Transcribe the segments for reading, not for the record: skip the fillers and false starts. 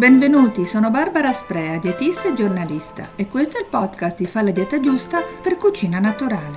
Benvenuti, sono Barbara Sprea, dietista e giornalista, e questo è il podcast di Fa la dieta giusta per cucina naturale.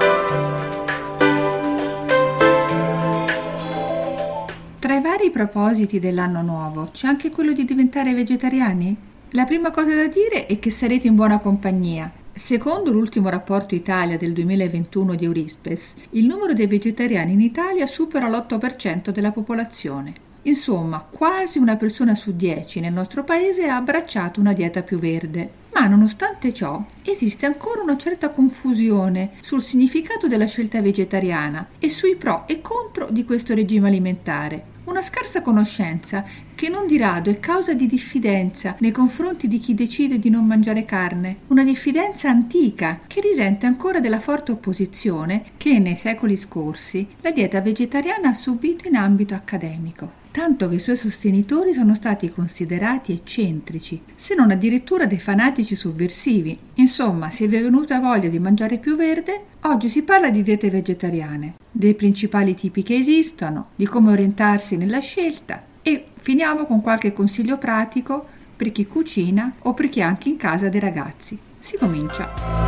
Tra i vari propositi dell'anno nuovo c'è anche quello di diventare vegetariani? La prima cosa da dire è che sarete in buona compagnia. Secondo l'ultimo rapporto Italia del 2021 di Eurispes, il numero dei vegetariani in Italia supera l'8% della popolazione. Insomma, quasi una persona su 10 nel nostro paese ha abbracciato una dieta più verde. Ma nonostante ciò, esiste ancora una certa confusione sul significato della scelta vegetariana e sui pro e contro di questo regime alimentare. Una scarsa conoscenza che non di rado è causa di diffidenza nei confronti di chi decide di non mangiare carne, una diffidenza antica che risente ancora della forte opposizione che nei secoli scorsi la dieta vegetariana ha subito in ambito accademico, tanto che i suoi sostenitori sono stati considerati eccentrici, se non addirittura dei fanatici sovversivi. Insomma, se vi è venuta voglia di mangiare più verde, oggi si parla di diete vegetariane, dei principali tipi che esistono, di come orientarsi nella scelta e finiamo con qualche consiglio pratico per chi cucina o per chi ha anche in casa dei ragazzi. Si comincia!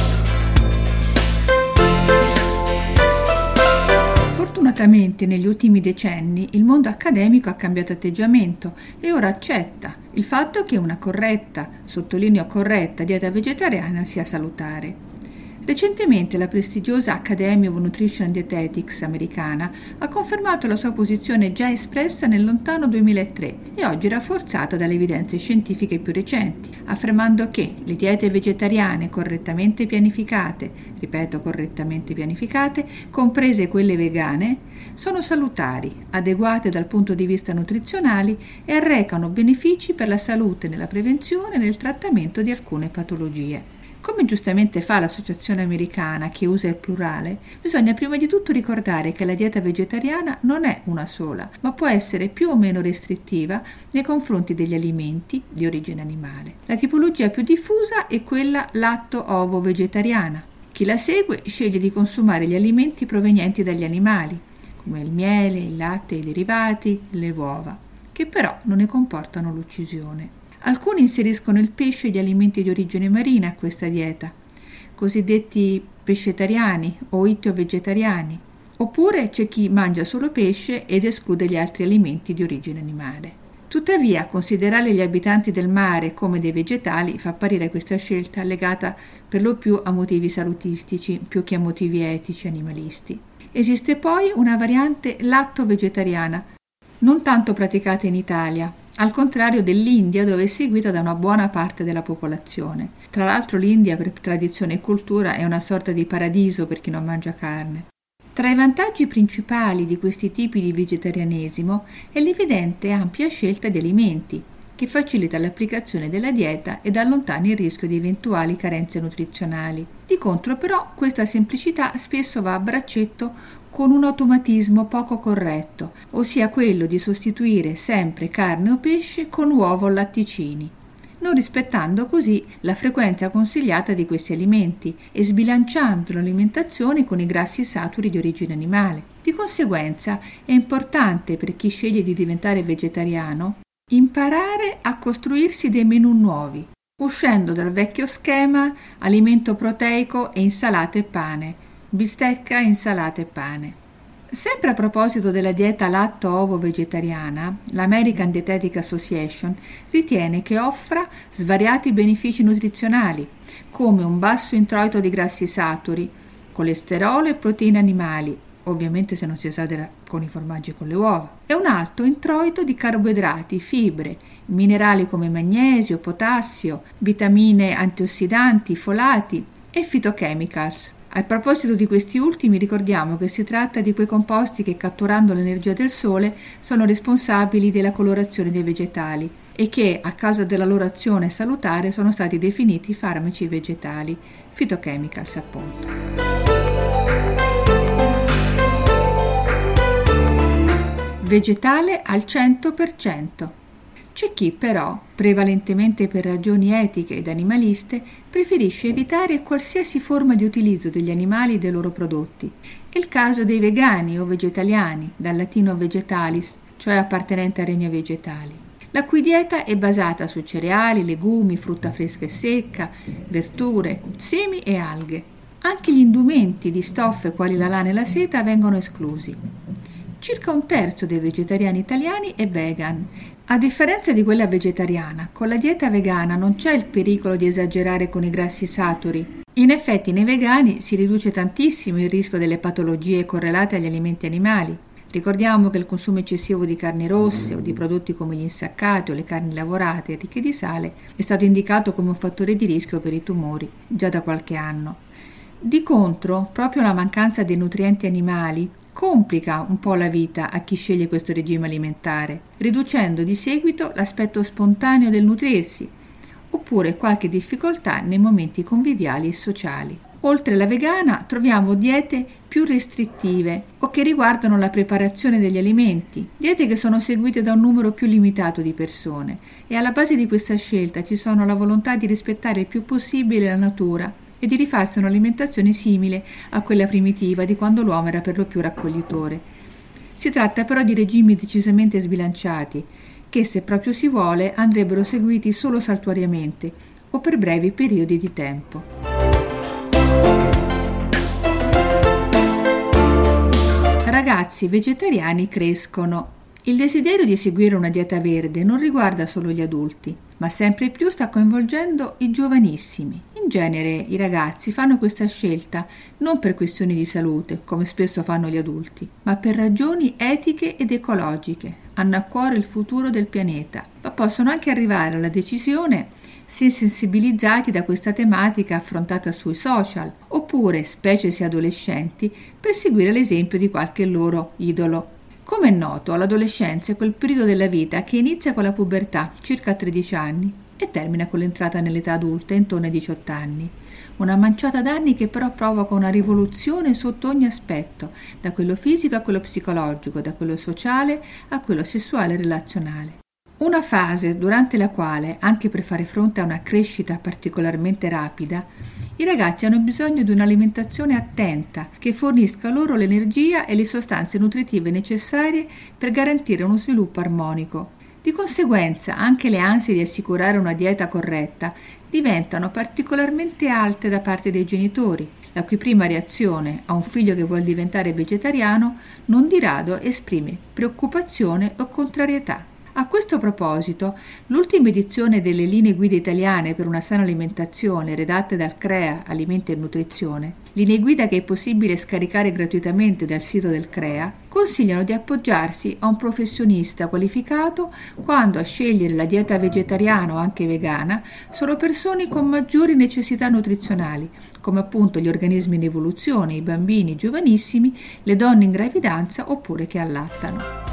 Fortunatamente negli ultimi decenni il mondo accademico ha cambiato atteggiamento e ora accetta il fatto che una corretta, sottolineo corretta, dieta vegetariana sia salutare. Recentemente la prestigiosa Academy of Nutrition and Dietetics americana ha confermato la sua posizione già espressa nel lontano 2003 e oggi rafforzata dalle evidenze scientifiche più recenti, affermando che le diete vegetariane correttamente pianificate, ripeto correttamente pianificate, comprese quelle vegane, sono salutari, adeguate dal punto di vista nutrizionale e arrecano benefici per la salute nella prevenzione e nel trattamento di alcune patologie. Come giustamente fa l'associazione americana che usa il plurale, bisogna prima di tutto ricordare che la dieta vegetariana non è una sola, ma può essere più o meno restrittiva nei confronti degli alimenti di origine animale. La tipologia più diffusa è quella latto-ovo-vegetariana. Chi la segue sceglie di consumare gli alimenti provenienti dagli animali, come il miele, il latte, i derivati, le uova, che però non ne comportano l'uccisione. Alcuni inseriscono il pesce e gli alimenti di origine marina a questa dieta, cosiddetti pescetariani o ittio-vegetariani, oppure c'è chi mangia solo pesce ed esclude gli altri alimenti di origine animale. Tuttavia, considerare gli abitanti del mare come dei vegetali fa apparire questa scelta legata per lo più a motivi salutistici più che a motivi etici animalisti. Esiste poi una variante latto-vegetariana, non tanto praticata in Italia, al contrario dell'India, dove è seguita da una buona parte della popolazione. Tra l'altro l'India per tradizione e cultura è una sorta di paradiso per chi non mangia carne. Tra i vantaggi principali di questi tipi di vegetarianesimo è l'evidente ampia scelta di alimenti, che facilita l'applicazione della dieta ed allontana il rischio di eventuali carenze nutrizionali. Di contro però questa semplicità spesso va a braccetto con un automatismo poco corretto, ossia quello di sostituire sempre carne o pesce con uovo o latticini, non rispettando così la frequenza consigliata di questi alimenti e sbilanciando l'alimentazione con i grassi saturi di origine animale. Di conseguenza è importante per chi sceglie di diventare vegetariano imparare a costruirsi dei menù nuovi, uscendo dal vecchio schema alimento proteico e insalata e pane, bistecca, insalata e pane. Sempre a proposito della dieta latto-ovo vegetariana, l'American Dietetic Association ritiene che offra svariati benefici nutrizionali, come un basso introito di grassi saturi, colesterolo e proteine animali, ovviamente se non si esagera con i formaggi e con le uova, e un alto introito di carboidrati, fibre, minerali come magnesio, potassio, vitamine antiossidanti, folati e phytochemicals. A proposito di questi ultimi ricordiamo che si tratta di quei composti che catturando l'energia del sole sono responsabili della colorazione dei vegetali e che a causa della loro azione salutare sono stati definiti farmaci vegetali, phytochemicals appunto. Vegetale al 100%. C'è chi però, prevalentemente per ragioni etiche ed animaliste, preferisce evitare qualsiasi forma di utilizzo degli animali e dei loro prodotti. È il caso dei vegani o vegetaliani, dal latino vegetalis, cioè appartenente al regno vegetali. la cui dieta è basata su cereali, legumi, frutta fresca e secca, verdure, semi e alghe. Anche gli indumenti di stoffe quali la lana e la seta vengono esclusi. Circa un terzo dei vegetariani italiani è vegan. A differenza di quella vegetariana, con la dieta vegana non c'è il pericolo di esagerare con i grassi saturi. In effetti nei vegani si riduce tantissimo il rischio delle patologie correlate agli alimenti animali. Ricordiamo che il consumo eccessivo di carni rosse o di prodotti come gli insaccati o le carni lavorate ricche di sale è stato indicato come un fattore di rischio per i tumori già da qualche anno. Di contro, proprio la mancanza dei nutrienti animali complica un po' la vita a chi sceglie questo regime alimentare, riducendo di seguito l'aspetto spontaneo del nutrirsi, oppure qualche difficoltà nei momenti conviviali e sociali. Oltre alla vegana troviamo diete più restrittive o che riguardano la preparazione degli alimenti, diete che sono seguite da un numero più limitato di persone, e alla base di questa scelta ci sono la volontà di rispettare il più possibile la natura e di rifarsi un'alimentazione simile a quella primitiva di quando l'uomo era per lo più raccoglitore. Si tratta però di regimi decisamente sbilanciati, che se proprio si vuole andrebbero seguiti solo saltuariamente o per brevi periodi di tempo. Ragazzi vegetariani crescono. Il desiderio di seguire una dieta verde non riguarda solo gli adulti, ma sempre più sta coinvolgendo i giovanissimi. In genere i ragazzi fanno questa scelta non per questioni di salute, come spesso fanno gli adulti, ma per ragioni etiche ed ecologiche. Hanno a cuore il futuro del pianeta, ma possono anche arrivare alla decisione se sensibilizzati da questa tematica affrontata sui social, oppure, specie se adolescenti, per seguire l'esempio di qualche loro idolo. Come è noto, l'adolescenza è quel periodo della vita che inizia con la pubertà, circa a 13 anni, e termina con l'entrata nell'età adulta, intorno ai 18 anni. Una manciata d'anni che però provoca una rivoluzione sotto ogni aspetto, da quello fisico a quello psicologico, da quello sociale a quello sessuale e relazionale. Una fase durante la quale, anche per fare fronte a una crescita particolarmente rapida, i ragazzi hanno bisogno di un'alimentazione attenta che fornisca loro l'energia e le sostanze nutritive necessarie per garantire uno sviluppo armonico. Di conseguenza, anche le ansie di assicurare una dieta corretta diventano particolarmente alte da parte dei genitori, la cui prima reazione a un figlio che vuole diventare vegetariano non di rado esprime preoccupazione o contrarietà. A questo proposito, l'ultima edizione delle linee guida italiane per una sana alimentazione redatte dal CREA Alimenti e Nutrizione, linee guida che è possibile scaricare gratuitamente dal sito del CREA, consigliano di appoggiarsi a un professionista qualificato quando a scegliere la dieta vegetariana o anche vegana sono persone con maggiori necessità nutrizionali, come appunto gli organismi in evoluzione, i bambini, i giovanissimi, le donne in gravidanza oppure che allattano.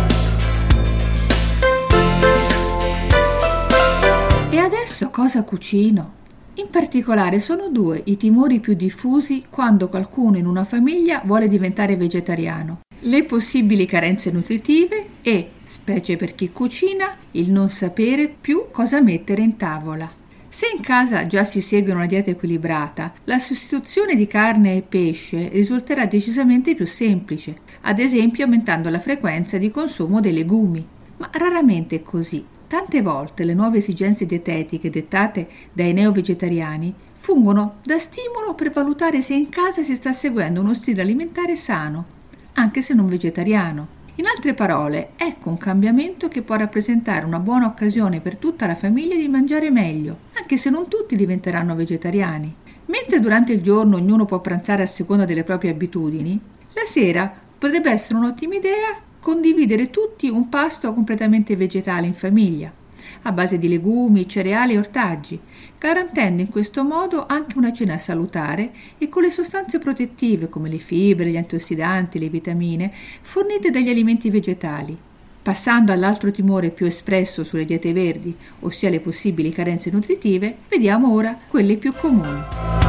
E adesso cosa cucino? In particolare sono due i timori più diffusi quando qualcuno in una famiglia vuole diventare vegetariano: le possibili carenze nutritive e, specie per chi cucina, il non sapere più cosa mettere in tavola. Se in casa già si segue una dieta equilibrata, la sostituzione di carne e pesce risulterà decisamente più semplice, ad esempio aumentando la frequenza di consumo dei legumi. Ma raramente è così. Tante volte le nuove esigenze dietetiche dettate dai neo-vegetariani fungono da stimolo per valutare se in casa si sta seguendo uno stile alimentare sano, anche se non vegetariano. In altre parole, ecco un cambiamento che può rappresentare una buona occasione per tutta la famiglia di mangiare meglio, anche se non tutti diventeranno vegetariani. Mentre durante il giorno ognuno può pranzare a seconda delle proprie abitudini, la sera potrebbe essere un'ottima idea condividere tutti un pasto completamente vegetale in famiglia, a base di legumi, cereali e ortaggi, garantendo in questo modo anche una cena salutare e con le sostanze protettive come le fibre, gli antiossidanti, le vitamine fornite dagli alimenti vegetali. Passando all'altro timore più espresso sulle diete verdi, ossia le possibili carenze nutritive, vediamo ora quelle più comuni.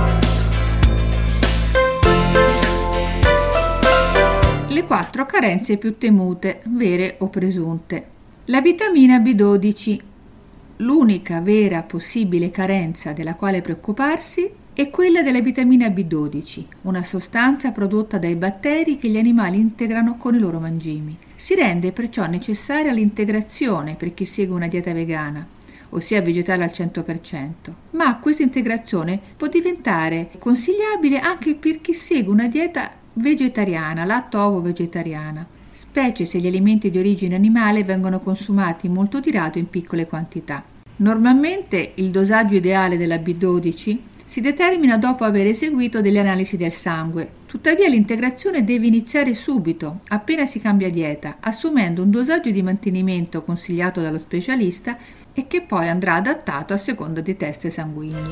Le 4 carenze più temute, vere o presunte. La vitamina B12. L'unica vera possibile carenza della quale preoccuparsi è quella della vitamina B12, una sostanza prodotta dai batteri che gli animali integrano con i loro mangimi. Si rende perciò necessaria l'integrazione per chi segue una dieta vegana, ossia vegetale al 100%, ma questa integrazione può diventare consigliabile anche per chi segue una dieta vegetariana, latto-ovo vegetariana, specie se gli alimenti di origine animale vengono consumati molto di rado in piccole quantità. Normalmente il dosaggio ideale della B12 si determina dopo aver eseguito delle analisi del sangue, tuttavia l'integrazione deve iniziare subito, appena si cambia dieta, assumendo un dosaggio di mantenimento consigliato dallo specialista e che poi andrà adattato a seconda dei test sanguigni.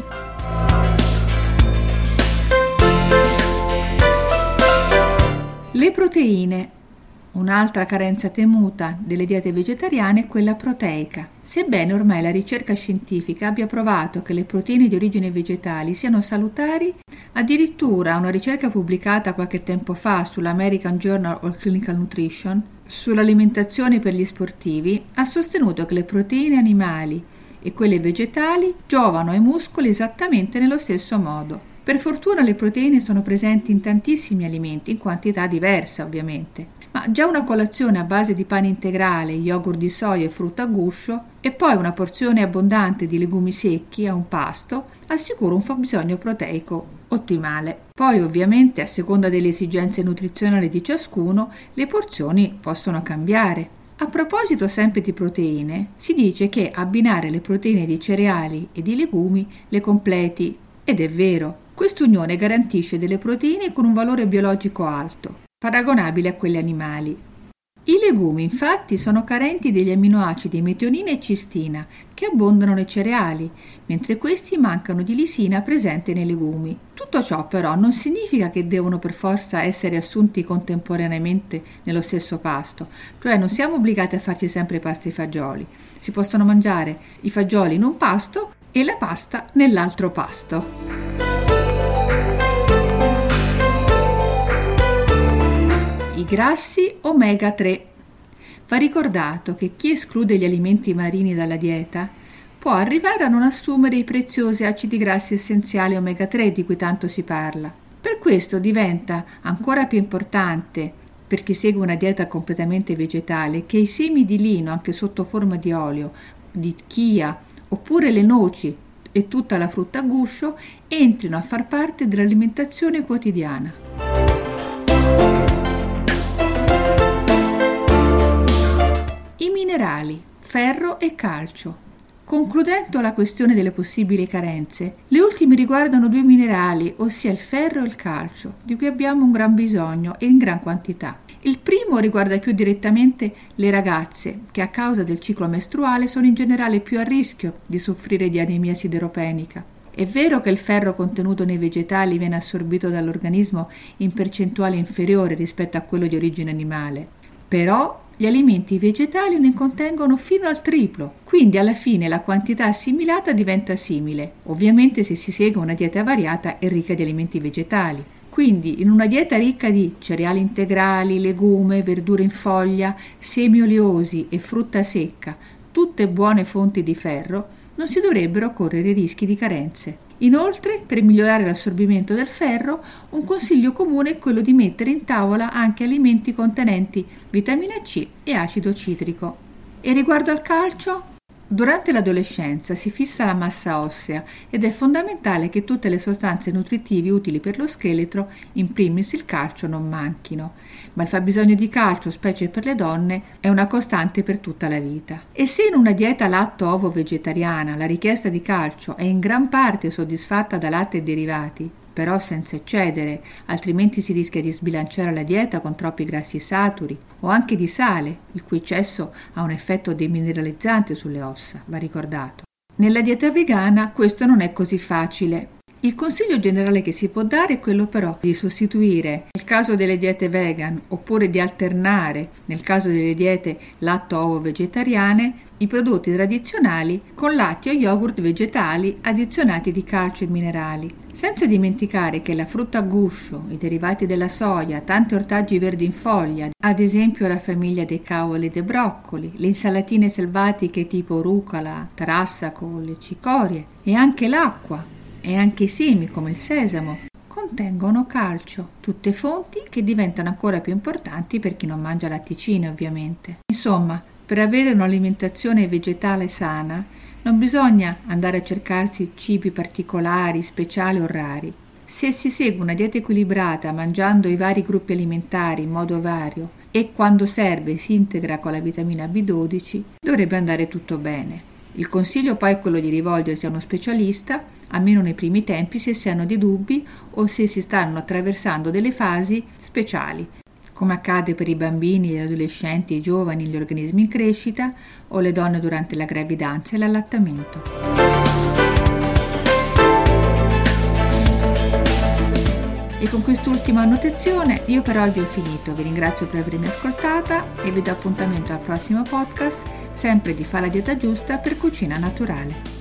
Le proteine. Un'altra carenza temuta delle diete vegetariane è quella proteica. Sebbene ormai la ricerca scientifica abbia provato che le proteine di origine vegetali siano salutari, addirittura una ricerca pubblicata qualche tempo fa sull'American Journal of Clinical Nutrition sull'alimentazione per gli sportivi ha sostenuto che le proteine animali e quelle vegetali giovano ai muscoli esattamente nello stesso modo. Per fortuna le proteine sono presenti in tantissimi alimenti, in quantità diversa ovviamente. Ma già una colazione a base di pane integrale, yogurt di soia e frutta a guscio e poi una porzione abbondante di legumi secchi a un pasto assicura un fabbisogno proteico ottimale. Poi ovviamente a seconda delle esigenze nutrizionali di ciascuno le porzioni possono cambiare. A proposito sempre di proteine, si dice che abbinare le proteine di cereali e di legumi le completi ed è vero. Quest'unione garantisce delle proteine con un valore biologico alto, paragonabile a quelle animali. I legumi infatti sono carenti degli amminoacidi metionina e cistina che abbondano nei cereali, mentre questi mancano di lisina presente nei legumi. Tutto ciò però non significa che devono per forza essere assunti contemporaneamente nello stesso pasto, cioè non siamo obbligati a farci sempre pasta e fagioli. Si possono mangiare i fagioli in un pasto e la pasta nell'altro pasto. I grassi omega 3. Va ricordato che chi esclude gli alimenti marini dalla dieta può arrivare a non assumere i preziosi acidi grassi essenziali omega 3 di cui tanto si parla. Per questo diventa ancora più importante per chi segue una dieta completamente vegetale che i semi di lino, anche sotto forma di olio, di chia oppure le noci e tutta la frutta a guscio entrino a far parte dell'alimentazione quotidiana. Minerali, ferro e calcio. Concludendo la questione delle possibili carenze, le ultime riguardano due minerali, ossia il ferro e il calcio, di cui abbiamo un gran bisogno e in gran quantità. Il primo riguarda più direttamente le ragazze, che a causa del ciclo mestruale sono in generale più a rischio di soffrire di anemia sideropenica. È vero che il ferro contenuto nei vegetali viene assorbito dall'organismo in percentuale inferiore rispetto a quello di origine animale, però gli alimenti vegetali ne contengono fino al triplo, quindi alla fine la quantità assimilata diventa simile, ovviamente se si segue una dieta variata e ricca di alimenti vegetali. Quindi in una dieta ricca di cereali integrali, legume, verdure in foglia, semi oleosi e frutta secca, tutte buone fonti di ferro, non si dovrebbero correre rischi di carenze. Inoltre, per migliorare l'assorbimento del ferro, un consiglio comune è quello di mettere in tavola anche alimenti contenenti vitamina C e acido citrico. E riguardo al calcio? Durante l'adolescenza si fissa la massa ossea ed è fondamentale che tutte le sostanze nutritive utili per lo scheletro, in primis il calcio, non manchino. Ma il fabbisogno di calcio, specie per le donne, è una costante per tutta la vita. E se in una dieta latto-ovo vegetariana la richiesta di calcio è in gran parte soddisfatta da latte e derivati, però senza eccedere, altrimenti si rischia di sbilanciare la dieta con troppi grassi saturi o anche di sale, il cui eccesso ha un effetto demineralizzante sulle ossa, va ricordato. Nella dieta vegana questo non è così facile. Il consiglio generale che si può dare è quello però di sostituire, nel caso delle diete vegan, oppure di alternare, nel caso delle diete latto-ovo vegetariane, i prodotti tradizionali con latte o yogurt vegetali addizionati di calcio e minerali. Senza dimenticare che la frutta a guscio, i derivati della soia, tanti ortaggi verdi in foglia, ad esempio la famiglia dei cavoli e dei broccoli, le insalatine selvatiche tipo rucola, tarassaco, le cicorie e anche l'acqua, e anche i semi come il sesamo contengono calcio, tutte fonti che diventano ancora più importanti per chi non mangia latticini ovviamente. Insomma, per avere un'alimentazione vegetale sana non bisogna andare a cercarsi cibi particolari, speciali o rari. Se si segue una dieta equilibrata mangiando i vari gruppi alimentari in modo vario e quando serve si integra con la vitamina B12, dovrebbe andare tutto bene. Il consiglio poi è quello di rivolgersi a uno specialista, almeno nei primi tempi se si hanno dei dubbi o se si stanno attraversando delle fasi speciali, come accade per i bambini, gli adolescenti, i giovani, gli organismi in crescita o le donne durante la gravidanza e l'allattamento. E con quest'ultima annotazione io per oggi ho finito, vi ringrazio per avermi ascoltata e vi do appuntamento al prossimo podcast, sempre di Fa la dieta giusta per cucina naturale.